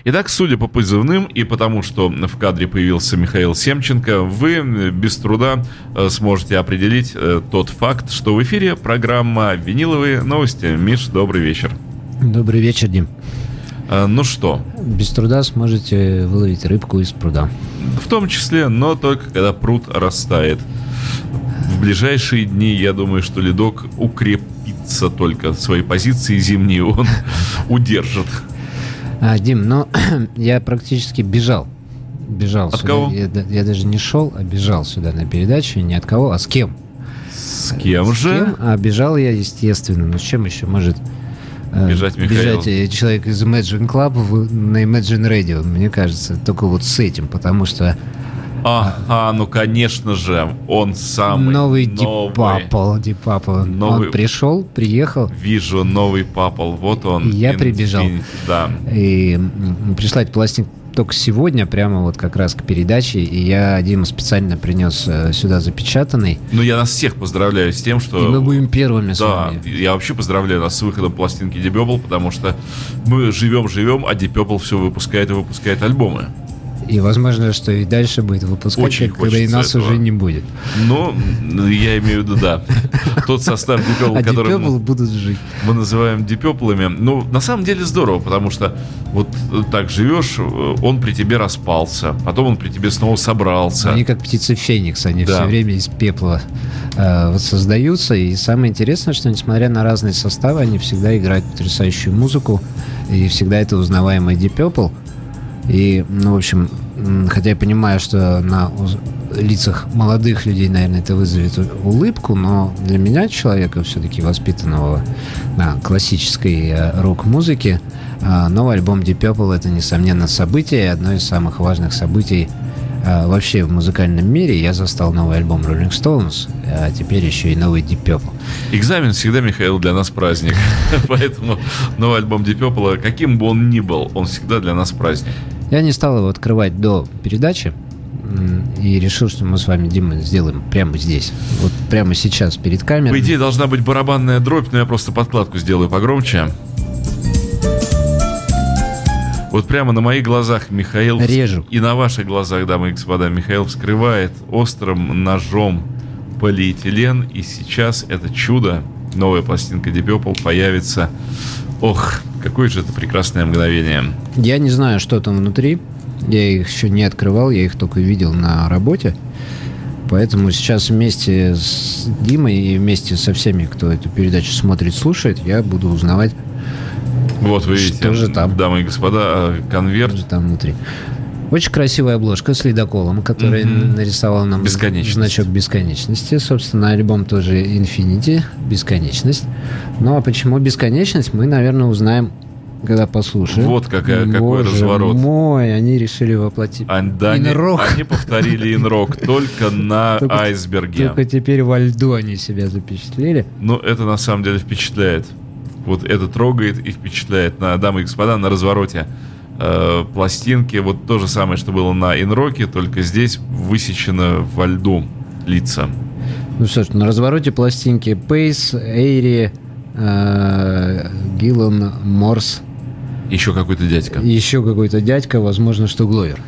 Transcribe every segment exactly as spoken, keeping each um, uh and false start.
Итак, судя по позывным и потому, что в кадре появился Михаил Семченко, вы без труда сможете определить тот факт, что в эфире программа «Виниловые новости». Миш, добрый вечер. Добрый вечер, Дим. Ну что? Без труда сможете выловить рыбку из пруда. В том числе, но только когда пруд растает. В ближайшие дни, я думаю, что ледок укрепится только. Свои позиции зимние он удержит. А, Дим, ну, я практически бежал. Бежал от сюда. кого? Я, я даже не шел, а бежал сюда на передачу. Не от кого, а с кем. С кем с же? Кем? А бежал я, естественно. Ну, с чем еще может бежать Михаил? Бежать человек из Imagine Club в, на Imagine Radio, мне кажется. Только вот с этим, потому что... А, а, ну, конечно же, он самый новый. Новый Deep Deep Purple. Новый... Он пришел, приехал. Вижу новый Папл, вот он. И я Infinity, прибежал. Да. И пришла эта пластинка только сегодня, прямо вот как раз к передаче. И я Дима специально принес сюда запечатанный. Ну, я нас всех поздравляю с тем, что... И мы будем первыми с да, вами. Да, я вообще поздравляю нас с выходом пластинки Deep Purple, потому что мы живем-живем, а Deep Purple все выпускает и выпускает альбомы. И возможно, что и дальше будет выпускать, очень когда и нас этого уже не будет. Ну, я имею в виду, да. Тот состав Deep Purple, а который Deep Purple будут жить. Мы называем Deep Purple'ами. Ну, на самом деле здорово, потому что вот так живешь, он при тебе распался, потом он при тебе снова собрался. Они как птицы Феникс, они да. все время из пепла э, создаются. И самое интересное, что несмотря на разные составы, они всегда играют потрясающую музыку, и всегда это узнаваемый Deep Purple. И, ну, в общем, хотя я понимаю, что на лицах молодых людей, наверное, это вызовет улыбку, но для меня, человека все-таки воспитанного на классической рок-музыке, новый альбом Deep Purple — это, несомненно, событие, одно из самых важных событий вообще в музыкальном мире. Я застал новый альбом Rolling Stones, а теперь еще и новый Deep Purple. Экзамен всегда, Михаил, для нас праздник. Поэтому новый альбом Deep Purple, каким бы он ни был, он всегда для нас праздник. Я не стал его открывать до передачи и решил, что мы с вами, Дима, сделаем прямо здесь. Вот прямо сейчас перед камерой. По идее, должна быть барабанная дробь, но я просто подкладку сделаю погромче. Вот прямо на моих глазах Михаил... Режу. И на ваших глазах, дамы и господа, Михаил вскрывает острым ножом полиэтилен. И сейчас это чудо, новая пластинка Deep Purple появится. Ох, какое же это прекрасное мгновение. Я не знаю, что там внутри. Я их еще не открывал, я их только видел на работе. Поэтому сейчас вместе с Димой и вместе со всеми, кто эту передачу смотрит, слушает, я буду узнавать, вот вы видите, что же там. Дамы и господа, конверт. Что же там внутри. Очень красивая обложка с ледоколом, который mm-hmm. нарисовал нам значок бесконечности. Собственно, альбом тоже Infinity, бесконечность. Ну, а почему бесконечность, мы, наверное, узнаем, когда послушаем. Вот какая, какой Боже разворот. Мой, они решили воплотить. А, да, они, они повторили инрок только на только, айсберге. Только теперь во льду они себя запечатлели. Ну, это на самом деле впечатляет. Вот это трогает и впечатляет. На, дамы и господа, на развороте э, пластинки. Вот то же самое, что было на инроке, только здесь высечено во льду лица. Ну что ж, на развороте пластинки Пейс, Эйри, э, Гиллан, Морс. Еще какой-то дядька. Еще какой-то дядька, возможно, что Гловер.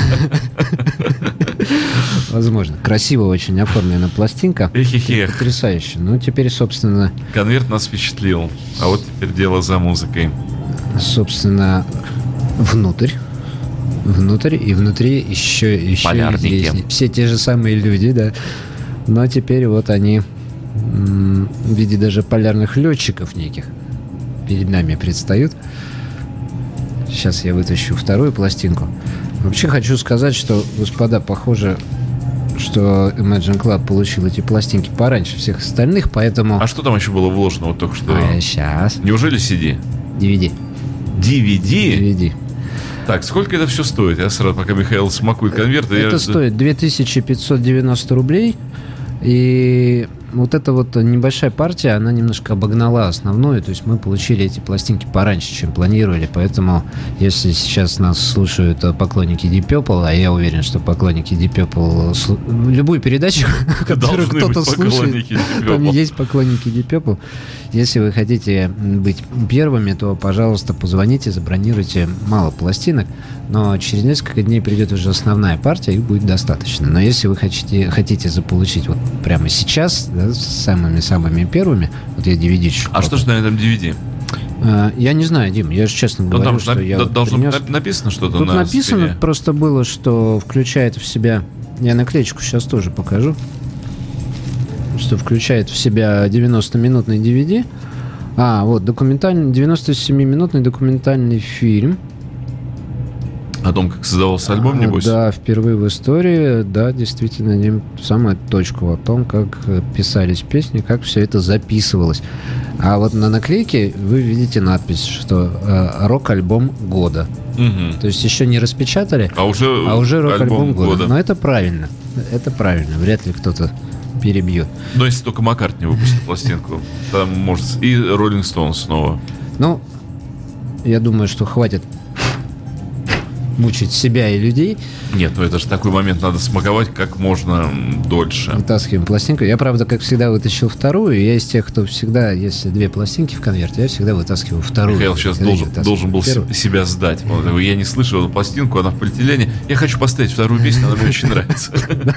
Возможно. Красиво очень оформлена пластинка. Эх-эх-эх. Потрясающе. Ну, теперь, собственно... Конверт нас впечатлил. А вот теперь дело за музыкой. Собственно, внутрь. Внутрь. И внутри еще, еще здесь все те же самые люди, да. Но теперь вот они в виде даже полярных летчиков неких перед нами предстают. Сейчас я вытащу вторую пластинку. Вообще хочу сказать, что, господа, похоже, что Imagine Club получил эти пластинки пораньше всех остальных, поэтому... А что там еще было вложено вот только что? А, сейчас. Неужели си ди? ди ви ди. ди ви ди? ди ви ди. Так, сколько это все стоит? Я сразу, пока Михаил смакует конверт... Это я... стоит две тысячи пятьсот девяносто рублей. И вот эта вот небольшая партия, она немножко обогнала основную, то есть мы получили эти пластинки пораньше, чем планировали, поэтому если сейчас нас слушают поклонники Deep Purple, а я уверен, что поклонники Deep Purple, любую передачу, которую кто-то слушает, там есть поклонники Deep Purple, если вы хотите быть первыми, то, пожалуйста, позвоните, забронируйте мало пластинок, но через несколько дней придет уже основная партия, их будет достаточно. Но если вы хотите, хотите заполучить вот прямо сейчас, да, с самыми-самыми первыми, вот я ди ви ди... А что же на этом ди ви ди? Uh, я не знаю, Дим, я же честно говорю, там что на, я да, вот должно принес... написано что-то Тут на написано стене. Просто было, что включает в себя... Я наклеечку сейчас тоже покажу. Что включает в себя девяностоминутный ди ви ди. А, вот, документальный, девяностосемиминутный документальный фильм. О том, как создавался альбом, а, небось? Да, впервые в истории, да, действительно, самую точку о том, как писались песни, как все это записывалось. А вот на наклейке вы видите надпись, что э, рок-альбом года. Угу. То есть еще не распечатали, а уже, а уже рок-альбом года. года. Но это правильно, это правильно, вряд ли кто-то перебьет. Но если только Маккартни выпустит пластинку, там может и Роллинг Стоунс снова. Ну, я думаю, что хватит мучить себя и людей. Нет, ну это же такой момент, надо смаковать как можно дольше. Вытаскиваем пластинку. Я, правда, как всегда, вытащил вторую. Я из тех, кто всегда, если две пластинки в конверте, я всегда вытаскиваю вторую. Михаил сейчас должен, должен был первую. себя сдать. Я не слышал эту пластинку, она в полиэтилене. Я хочу поставить вторую песню, она мне очень нравится.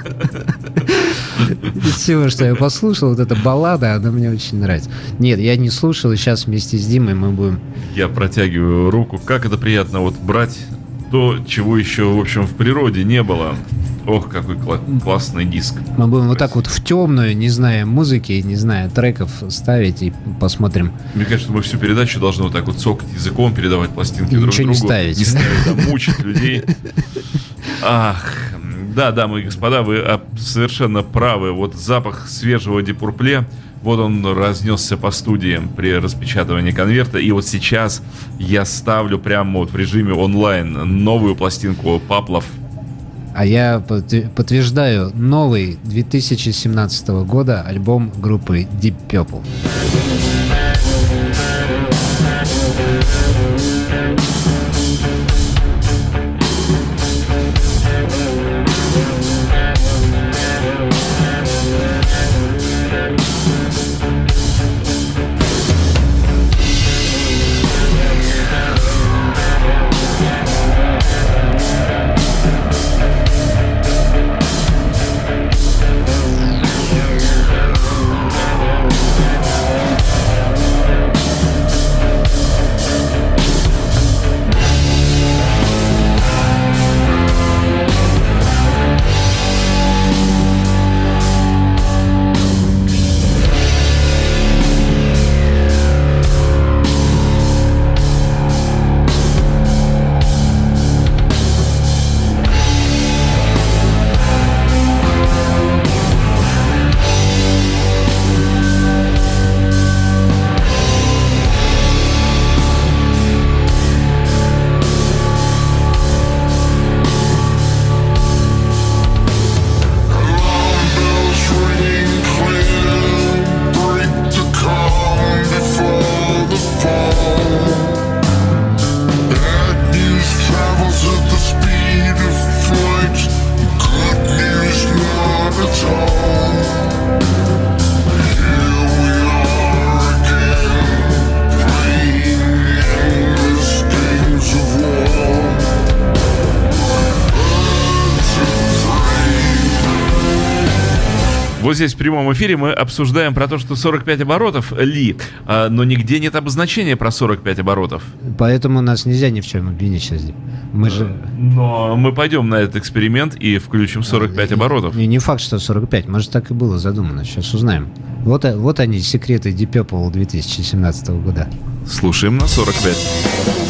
Из всего, что я послушал, вот эта баллада, она мне очень нравится. Нет, я не слушал, и сейчас вместе с Димой мы будем... Я протягиваю руку. Как это приятно вот брать то, чего еще, в общем, в природе не было. Ох, какой кла- классный диск. Мы будем вот так вот в темную, не зная музыки, не зная треков, ставить и посмотрим. Мне кажется, мы всю передачу должны вот так вот цокать языком, передавать пластинки друг другу. Ничего не ставить. Не ставить, а мучить людей. Ах, да, дамы и господа, вы совершенно правы. Вот запах свежего Deep Purple, вот он разнесся по студии при распечатывании конверта. И вот сейчас я ставлю прямо вот в режиме онлайн новую пластинку Паплов. А я подтверждаю новый две тысячи семнадцатого года альбом группы Deep Purple. Вот здесь в прямом эфире мы обсуждаем про то, что сорок пять оборотов ли, а, но нигде нет обозначения про сорок пять оборотов. Поэтому нас нельзя ни в чем обвинить сейчас. Мы же... Но мы пойдем на этот эксперимент и включим сорок пять оборотов. Не, не факт, что сорок пять. Может, так и было задумано. Сейчас узнаем. Вот, вот они, секреты Deep Purple две тысячи семнадцатого года. Слушаем на сорок пять.